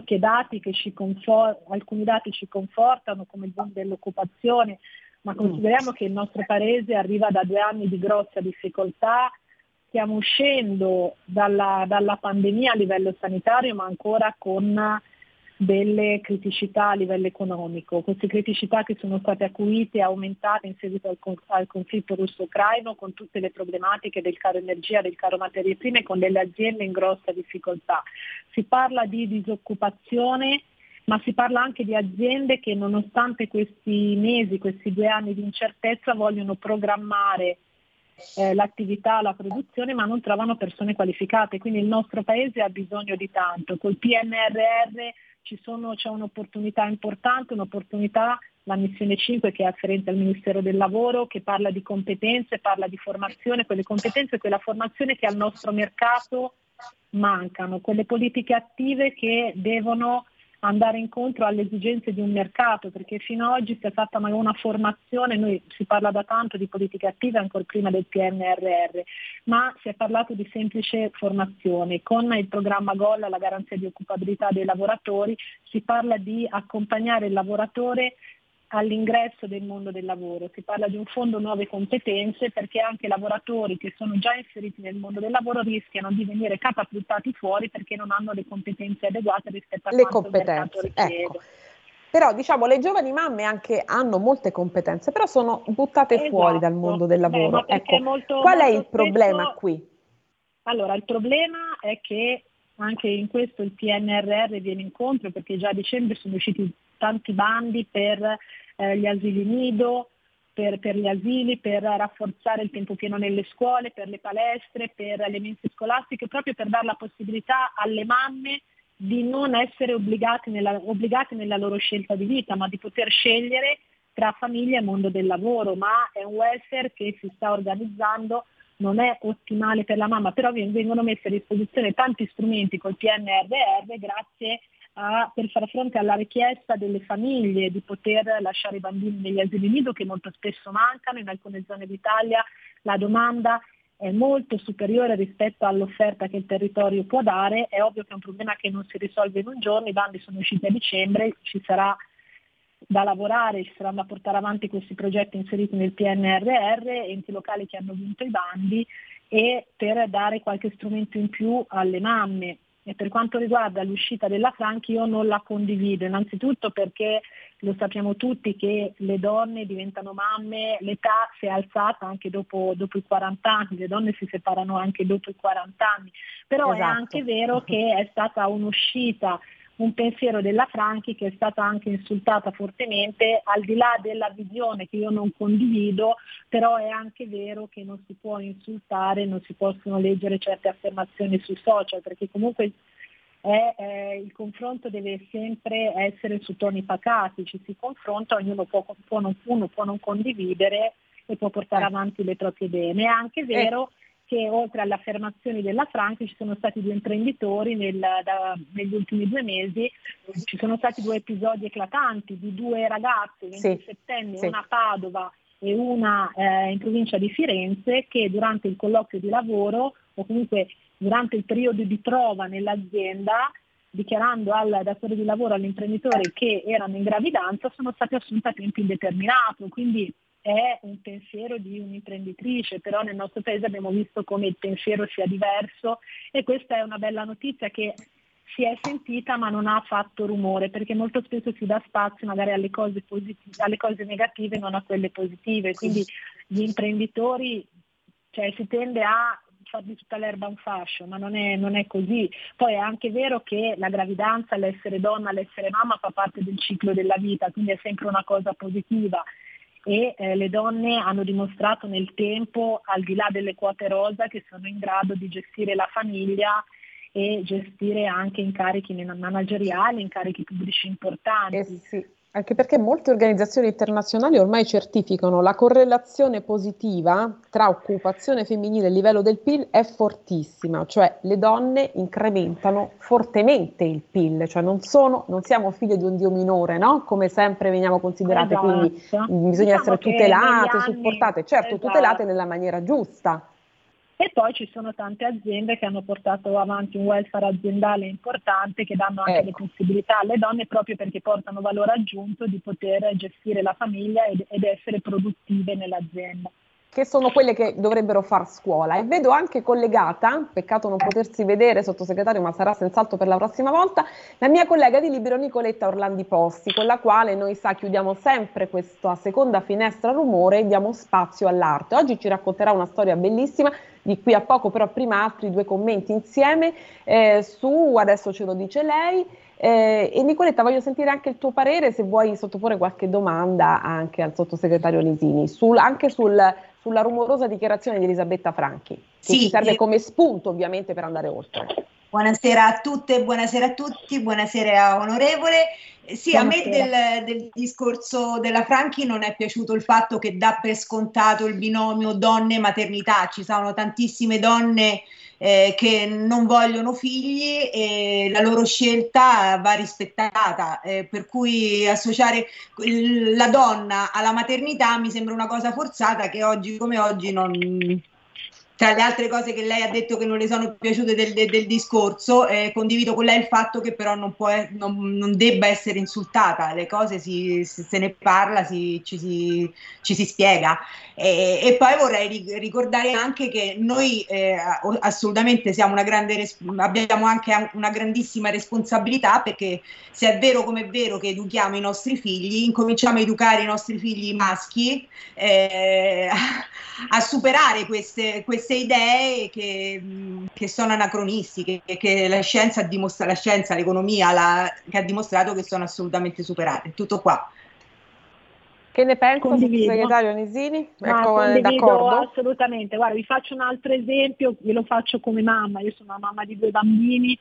alcuni dati ci confortano, come il boom dell'occupazione, ma consideriamo che il nostro paese arriva da 2 anni di grossa difficoltà, stiamo uscendo dalla pandemia a livello sanitario, ma ancora con delle criticità a livello economico, queste criticità che sono state acuite e aumentate in seguito al conflitto russo-ucraino, con tutte le problematiche del caro energia, del caro materie prime, con delle aziende in grossa difficoltà. Si parla di disoccupazione, ma si parla anche di aziende che nonostante questi mesi, questi 2 anni di incertezza, vogliono programmare l'attività, la produzione, ma non trovano persone qualificate. Quindi il nostro paese ha bisogno di tanto. Col PNRR c'è un'opportunità importante, la missione 5 che è afferente al Ministero del Lavoro, che parla di competenze, parla di formazione, quelle competenze e quella formazione che al nostro mercato mancano, quelle politiche attive che devono andare incontro alle esigenze di un mercato, perché fino ad oggi si è fatta magari una formazione, si parla da tanto di politiche attive ancora prima del PNRR, ma si è parlato di semplice formazione. Con il programma GOL, la garanzia di occupabilità dei lavoratori, si parla di accompagnare il lavoratore all'ingresso del mondo del lavoro, si parla di un fondo nuove competenze, perché anche lavoratori che sono già inseriti nel mondo del lavoro rischiano di venire catapultati fuori perché non hanno le competenze adeguate rispetto a quanto il mercato richiede. Ecco. Però diciamo le giovani mamme anche hanno molte competenze, però sono buttate fuori dal mondo del lavoro. Ecco. Qual è il problema qui? Allora, il problema è che anche in questo il PNRR viene incontro, perché già a dicembre sono usciti tanti bandi per gli asili nido, per gli asili, per rafforzare il tempo pieno nelle scuole, per le palestre, per le mense scolastiche, proprio per dare la possibilità alle mamme di non essere obbligate nella loro scelta di vita, ma di poter scegliere tra famiglia e mondo del lavoro. Ma è un welfare che si sta organizzando, non è ottimale per la mamma, però vengono messi a disposizione tanti strumenti col PNRR grazie per far fronte alla richiesta delle famiglie di poter lasciare i bambini negli asili nido, che molto spesso mancano. In alcune zone d'Italia la domanda è molto superiore rispetto all'offerta che il territorio può dare. È ovvio che è un problema che non si risolve in un giorno, i bandi sono usciti a dicembre, ci sarà da lavorare, ci saranno da portare avanti questi progetti inseriti nel PNRR, enti locali che hanno vinto i bandi, e per dare qualche strumento in più alle mamme. E per quanto riguarda l'uscita della Franchi, io non la condivido, innanzitutto perché lo sappiamo tutti che le donne diventano mamme, l'età si è alzata anche dopo i 40 anni, le donne si separano anche dopo i 40 anni, però È anche vero che è stata un'uscita, un pensiero della Franchi che è stata anche insultata fortemente, al di là della visione che io non condivido, però è anche vero che non si può insultare, non si possono leggere certe affermazioni sui social, perché comunque il confronto deve sempre essere su toni pacati, ci si confronta, ognuno può non condividere e può portare avanti le proprie idee. Ma è anche vero che oltre alle affermazioni della Franchi ci sono stati 2 imprenditori negli ultimi 2 mesi, ci sono stati 2 episodi eclatanti di 2 ragazze, 27enni, una a Padova e una in provincia di Firenze, che durante il colloquio di lavoro o comunque durante il periodo di prova nell'azienda, dichiarando al datore di lavoro, all'imprenditore che erano in gravidanza, sono state assunte a tempo indeterminato. Quindi è un pensiero di un'imprenditrice, però nel nostro paese abbiamo visto come il pensiero sia diverso, e questa è una bella notizia che si è sentita ma non ha fatto rumore, perché molto spesso si dà spazio magari alle cose positive, alle cose negative, non a quelle positive. Quindi gli imprenditori, si tende a far di tutta l'erba un fascio, ma non è così. Poi è anche vero che la gravidanza, l'essere donna, l'essere mamma fa parte del ciclo della vita, quindi è sempre una cosa positiva. E le donne hanno dimostrato nel tempo, al di là delle quote rosa, che sono in grado di gestire la famiglia e gestire anche incarichi manageriali, incarichi pubblici importanti. Sì, anche perché molte organizzazioni internazionali ormai certificano la correlazione positiva tra occupazione femminile e livello del PIL è fortissima, cioè le donne incrementano fortemente il PIL, cioè non siamo figlie di un dio minore, no? Come sempre veniamo considerate, quindi bisogna essere tutelate, supportate, tutelate nella maniera giusta. E poi ci sono tante aziende che hanno portato avanti un welfare aziendale importante, che danno anche le possibilità alle donne, proprio perché portano valore aggiunto, di poter gestire la famiglia ed essere produttive nell'azienda. Che sono quelle che dovrebbero far scuola. E vedo anche collegata, peccato non potersi vedere, sottosegretario, ma sarà senz'altro per la prossima volta, la mia collega di Libero Nicoletta Orlandi Posti, con la quale noi chiudiamo sempre questa seconda finestra rumore e diamo spazio all'arte. Oggi ci racconterà una storia bellissima, di qui a poco, però prima altri 2 commenti insieme adesso ce lo dice lei. E Nicoletta, voglio sentire anche il tuo parere, se vuoi sottoporre qualche domanda anche al sottosegretario Nisini, anche sulla rumorosa dichiarazione di Elisabetta Franchi, che ci serve come spunto ovviamente per andare oltre. Buonasera a tutte, buonasera a tutti, buonasera onorevole. Sì, buonasera. A me del discorso della Franchi non è piaciuto il fatto che dà per scontato il binomio donne-maternità. Ci sono tantissime donne che non vogliono figli e la loro scelta va rispettata, per cui associare la donna alla maternità mi sembra una cosa forzata che oggi come oggi non... Tra le altre cose che lei ha detto che non le sono piaciute del discorso, condivido con lei il fatto che però non debba essere insultata, le cose se ne parla, ci si spiega. E poi vorrei ricordare anche che noi assolutamente abbiamo anche una grandissima responsabilità, perché se è vero come è vero che educhiamo i nostri figli, incominciamo a educare i nostri figli maschi a superare queste queste idee che sono anacronistiche, che la scienza l'economia che ha dimostrato che sono assolutamente superate. Tutto qua. Che ne pensa, Condivido. sottosegretario Nisini? Ecco, Condivido d'accordo? assolutamente. Guarda, vi faccio un altro esempio, ve lo faccio come mamma. Io sono una mamma di 2 bambini.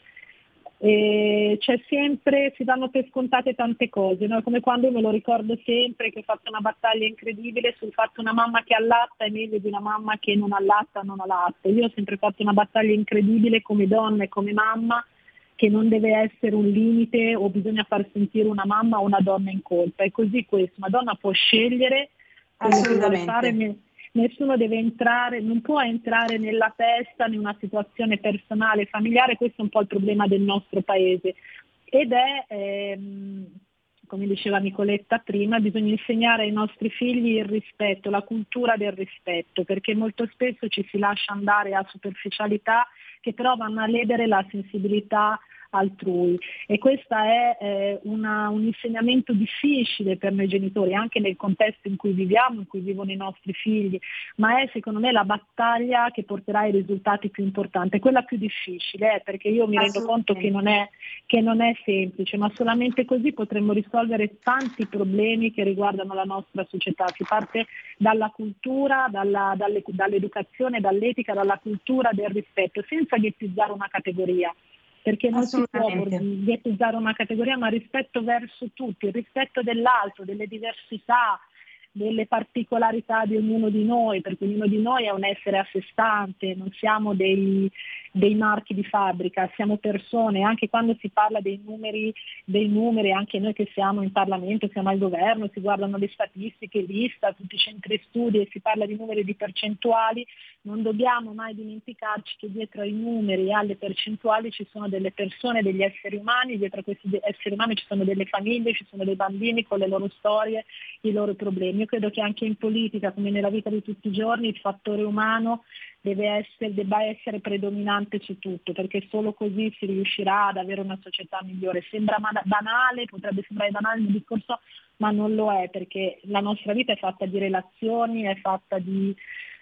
C'è sempre, si danno per scontate tante cose, no? Come quando io me lo ricordo sempre che ho fatto una battaglia incredibile sul fatto una mamma che allatta è meglio di una mamma che non allatta, non ha latte. Io ho sempre fatto una battaglia incredibile come donna e come mamma, che non deve essere un limite o bisogna far sentire una mamma o una donna in colpa. È così questo, una donna può scegliere quello che vuole fare, nessuno deve entrare, non può entrare nella testa in una situazione personale, familiare. Questo è un po' il problema del nostro paese ed è, come diceva Nicoletta prima, bisogna insegnare ai nostri figli il rispetto, la cultura del rispetto, perché molto spesso ci si lascia andare a superficialità che però vanno a ledere la sensibilità altrui, e questo è un insegnamento difficile per noi genitori, anche nel contesto in cui viviamo, in cui vivono i nostri figli, ma è secondo me la battaglia che porterà ai risultati più importanti, quella più difficile, perché io mi rendo conto che non è semplice, ma solamente così potremmo risolvere tanti problemi che riguardano la nostra società. Si parte dalla cultura, dall'educazione, dall'etica, dalla cultura del rispetto, senza ghettizzare una categoria, perché non si può ghettizzare una categoria, ma rispetto verso tutti, il rispetto dell'altro, delle diversità, delle particolarità di ognuno di noi, perché ognuno di noi è un essere a sé stante, non siamo dei marchi di fabbrica, siamo persone. Anche quando si parla dei numeri, anche noi che siamo in Parlamento, siamo al governo, si guardano le statistiche, l'Istat, tutti i centri studi e si parla di numeri, di percentuali, non dobbiamo mai dimenticarci che dietro ai numeri e alle percentuali ci sono delle persone, degli esseri umani, dietro a questi esseri umani ci sono delle famiglie, ci sono dei bambini con le loro storie, i loro problemi. Io credo che anche in politica, come nella vita di tutti i giorni, il fattore umano debba essere predominante su tutto, perché solo così si riuscirà ad avere una società migliore. Sembra banale, potrebbe sembrare banale il discorso, ma non lo è, perché la nostra vita è fatta di relazioni, è fatta di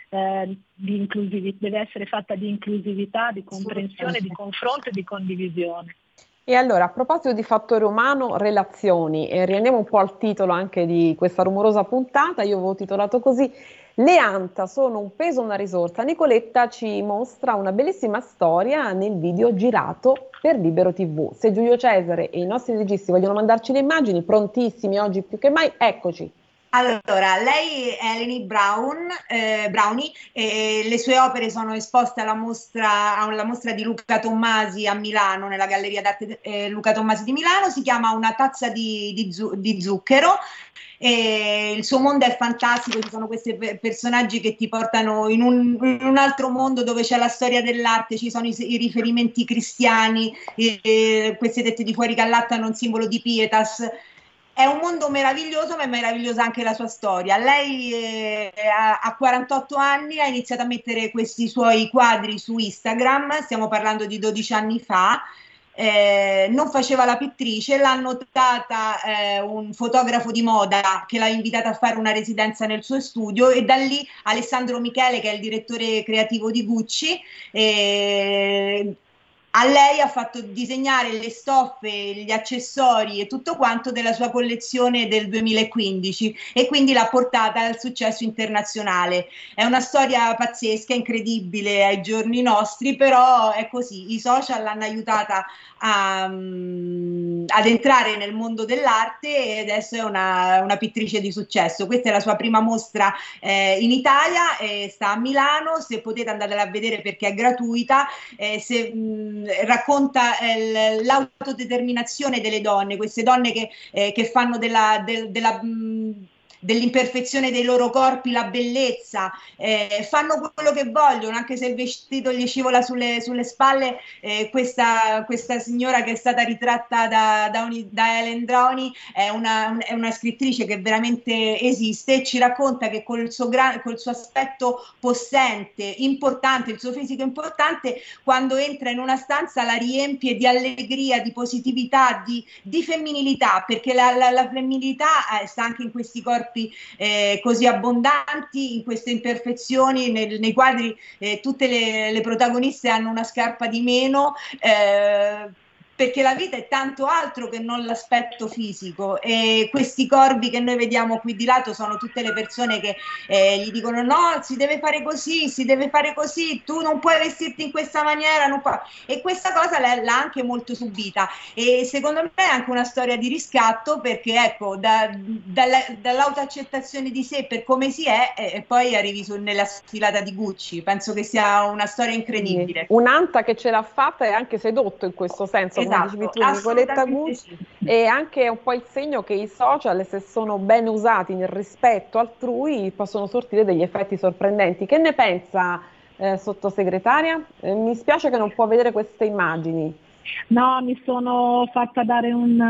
inclusività, deve essere fatta di inclusività, di comprensione, di confronto e di condivisione. E allora, a proposito di fattore umano, relazioni, e riandiamo un po' al titolo anche di questa rumorosa puntata, io avevo titolato così: le ANTA sono un peso, una risorsa. Nicoletta ci mostra una bellissima storia nel video girato per Libero TV. Se Giulio Cesare e i nostri registi vogliono mandarci le immagini, prontissimi oggi più che mai, eccoci. Allora, lei è Eleni Brownie, e le sue opere sono esposte alla mostra di Luca Tommasi a Milano, nella Galleria d'Arte Luca Tommasi di Milano. Si chiama Una tazza di zucchero. E il suo mondo è fantastico, ci sono questi personaggi che ti portano in un altro mondo dove c'è la storia dell'arte, ci sono i riferimenti cristiani, queste tette di fuori che allattano, un simbolo di Pietas. È un mondo meraviglioso, ma è meravigliosa anche la sua storia. Lei ha 48 anni, ha iniziato a mettere questi suoi quadri su Instagram, stiamo parlando di 12 anni fa. Non faceva la pittrice, l'ha notata un fotografo di moda che l'ha invitata a fare una residenza nel suo studio, e da lì Alessandro Michele, che è il direttore creativo di Gucci, a lei ha fatto disegnare le stoffe, gli accessori e tutto quanto della sua collezione del 2015, e quindi l'ha portata al successo internazionale. È una storia pazzesca, incredibile ai giorni nostri, però è così, i social l'hanno aiutata ad entrare nel mondo dell'arte, e adesso è una pittrice di successo. Questa è la sua prima mostra in Italia, sta a Milano. Se potete andatela a vedere perché è gratuita. Racconta l'autodeterminazione delle donne, queste donne che fanno dell'imperfezione dei loro corpi la bellezza, fanno quello che vogliono, anche se il vestito gli scivola sulle spalle. Questa signora, che è stata ritratta da Ellen Brownie, è una scrittrice che veramente esiste, e ci racconta che col suo aspetto possente, importante, il suo fisico importante, quando entra in una stanza la riempie di allegria, di positività, di femminilità, perché la femminilità sta anche in questi corpi corpi così abbondanti, in queste imperfezioni, nei quadri tutte le protagoniste hanno una scarpa di meno, perché la vita è tanto altro che non l'aspetto fisico, e questi corvi che noi vediamo qui di lato sono tutte le persone che gli dicono no, si deve fare così, si deve fare così, tu non puoi vestirti in questa maniera, non puoi. E questa cosa l'ha anche molto subita, e secondo me è anche una storia di riscatto, perché ecco, dall'autoaccettazione di sé per come si è, e poi arrivi nella sfilata di Gucci. Penso che sia una storia incredibile. Un'Anta che ce l'ha fatta e anche sedotto in questo senso, come Esatto, dicevi tu, Nicoletta Gucci, sì. e anche un po' il segno che i social, se sono ben usati nel rispetto altrui, possono sortire degli effetti sorprendenti. Che ne pensa, sottosegretaria? Mi spiace che non può vedere queste immagini. No, mi sono fatta dare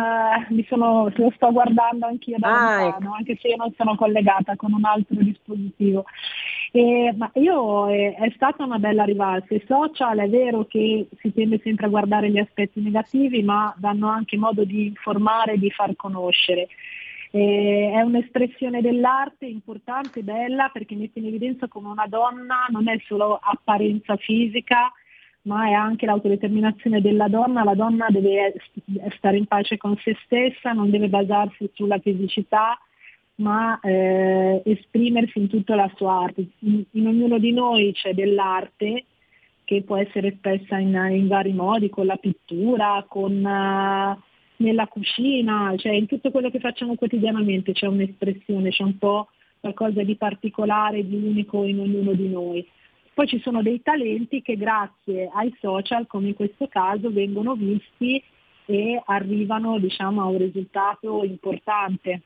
lo sto guardando anch'io da lontano, ecco. anche se io non sono collegata con un altro dispositivo. Ma è stata una bella rivalsa. I social è vero che si tende sempre a guardare gli aspetti negativi, ma danno anche modo di informare e di far conoscere. È un'espressione dell'arte importante, bella, perché mette in evidenza come una donna non è solo apparenza fisica, ma è anche l'autodeterminazione della donna. La donna deve stare in pace con se stessa, non deve basarsi sulla fisicità, ma esprimersi in tutta la sua arte. In ognuno di noi c'è dell'arte che può essere espressa in vari modi, con la pittura, nella cucina, cioè in tutto quello che facciamo quotidianamente c'è un'espressione, c'è un po' qualcosa di particolare, di unico in ognuno di noi. Poi ci sono dei talenti che grazie ai social, come in questo caso, vengono visti e arrivano, diciamo, a un risultato importante.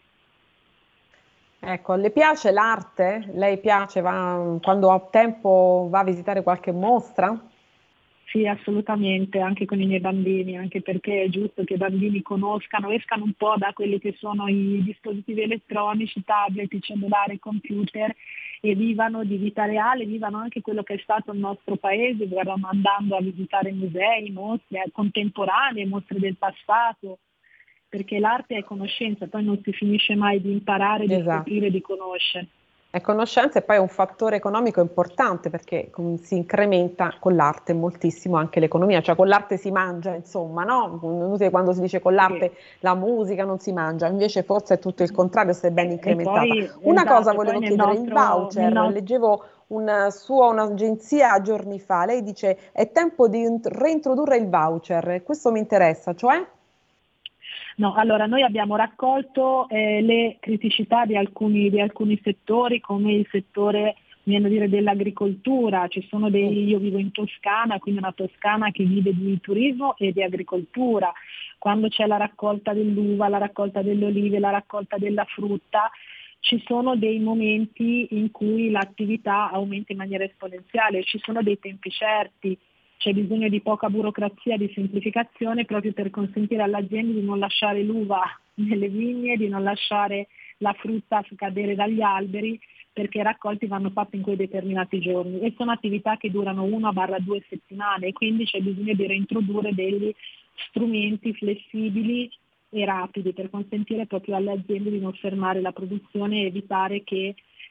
Ecco, le piace l'arte? Lei piace, quando ha tempo va a visitare qualche mostra? Sì, assolutamente, anche con i miei bambini, anche perché è giusto che i bambini conoscano, escano un po' da quelli che sono i dispositivi elettronici, tablet, i cellulari, computer, e vivano di vita reale, vivano anche quello che è stato il nostro paese, verranno andando a visitare musei, mostre contemporanee, mostre del passato, perché l'arte è conoscenza, poi non si finisce mai di imparare, di scoprire, di conoscere. È conoscenza, e poi è un fattore economico importante, perché si incrementa con l'arte moltissimo anche l'economia, cioè con l'arte si mangia, insomma, no? Quando si dice con l'arte la musica non si mangia, invece forse è tutto il contrario, se è ben incrementata. Una cosa volevo chiedere, il voucher, leggevo un'agenzia giorni fa, lei dice è tempo di reintrodurre il voucher, questo mi interessa, cioè? No, allora noi abbiamo raccolto le criticità di alcuni settori, come il settore, viene a dire, dell'agricoltura. Io vivo in Toscana, quindi una Toscana che vive di turismo e di agricoltura. Quando c'è la raccolta dell'uva, la raccolta delle olive, la raccolta della frutta, ci sono dei momenti in cui l'attività aumenta in maniera esponenziale, ci sono dei tempi certi. C'è bisogno di poca burocrazia, di semplificazione, proprio per consentire all'azienda di non lasciare l'uva nelle vigne, di non lasciare la frutta cadere dagli alberi, perché i raccolti vanno fatti in quei determinati giorni, e sono attività che durano 1-2 settimane, e quindi c'è bisogno di reintrodurre degli strumenti flessibili e rapidi per consentire proprio alle aziende di non fermare la produzione e evitare che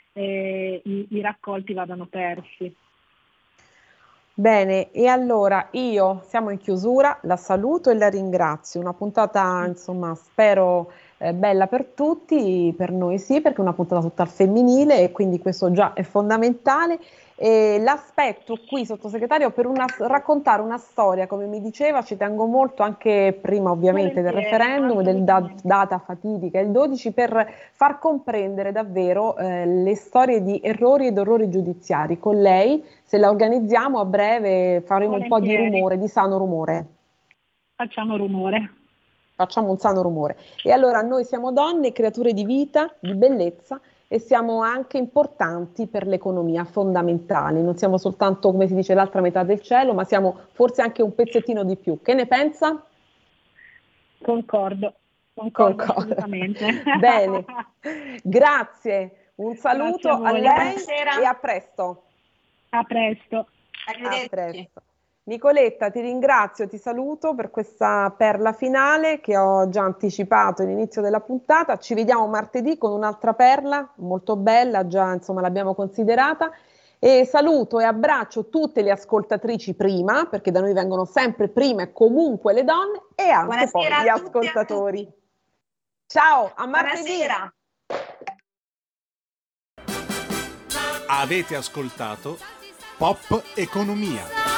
i raccolti vadano persi. Bene, e allora siamo in chiusura, la saluto e la ringrazio. Una puntata, insomma, spero bella per tutti, per noi sì, perché è una puntata tutta al femminile, e quindi questo già è fondamentale. E l'aspetto qui, sottosegretario, per raccontare una storia, come mi diceva, ci tengo molto, anche prima ovviamente del referendum, data fatidica, il 12, per far comprendere davvero le storie di errori ed orrori giudiziari. Con lei, se la organizziamo a breve, faremo un po' di rumore, di sano rumore. Facciamo rumore. Facciamo un sano rumore. E allora noi siamo donne, creature di vita, di bellezza, e siamo anche importanti per l'economia, fondamentali. Non siamo soltanto, come si dice, l'altra metà del cielo, ma siamo forse anche un pezzettino di più. Che ne pensa? Concordo. Assolutamente. Bene, grazie. Un saluto a lei. Buonasera. E a presto. A presto. Arrivederci. A presto. Nicoletta, ti ringrazio, ti saluto per questa perla finale che ho già anticipato all'inizio della puntata. Ci vediamo martedì con un'altra perla molto bella, già insomma l'abbiamo considerata. E saluto e abbraccio tutte le ascoltatrici prima, perché da noi vengono sempre prima e comunque le donne, e anche Buonasera poi gli a tutti e a ascoltatori. Ciao, a martedì! Buonasera. Avete ascoltato Pop Economia.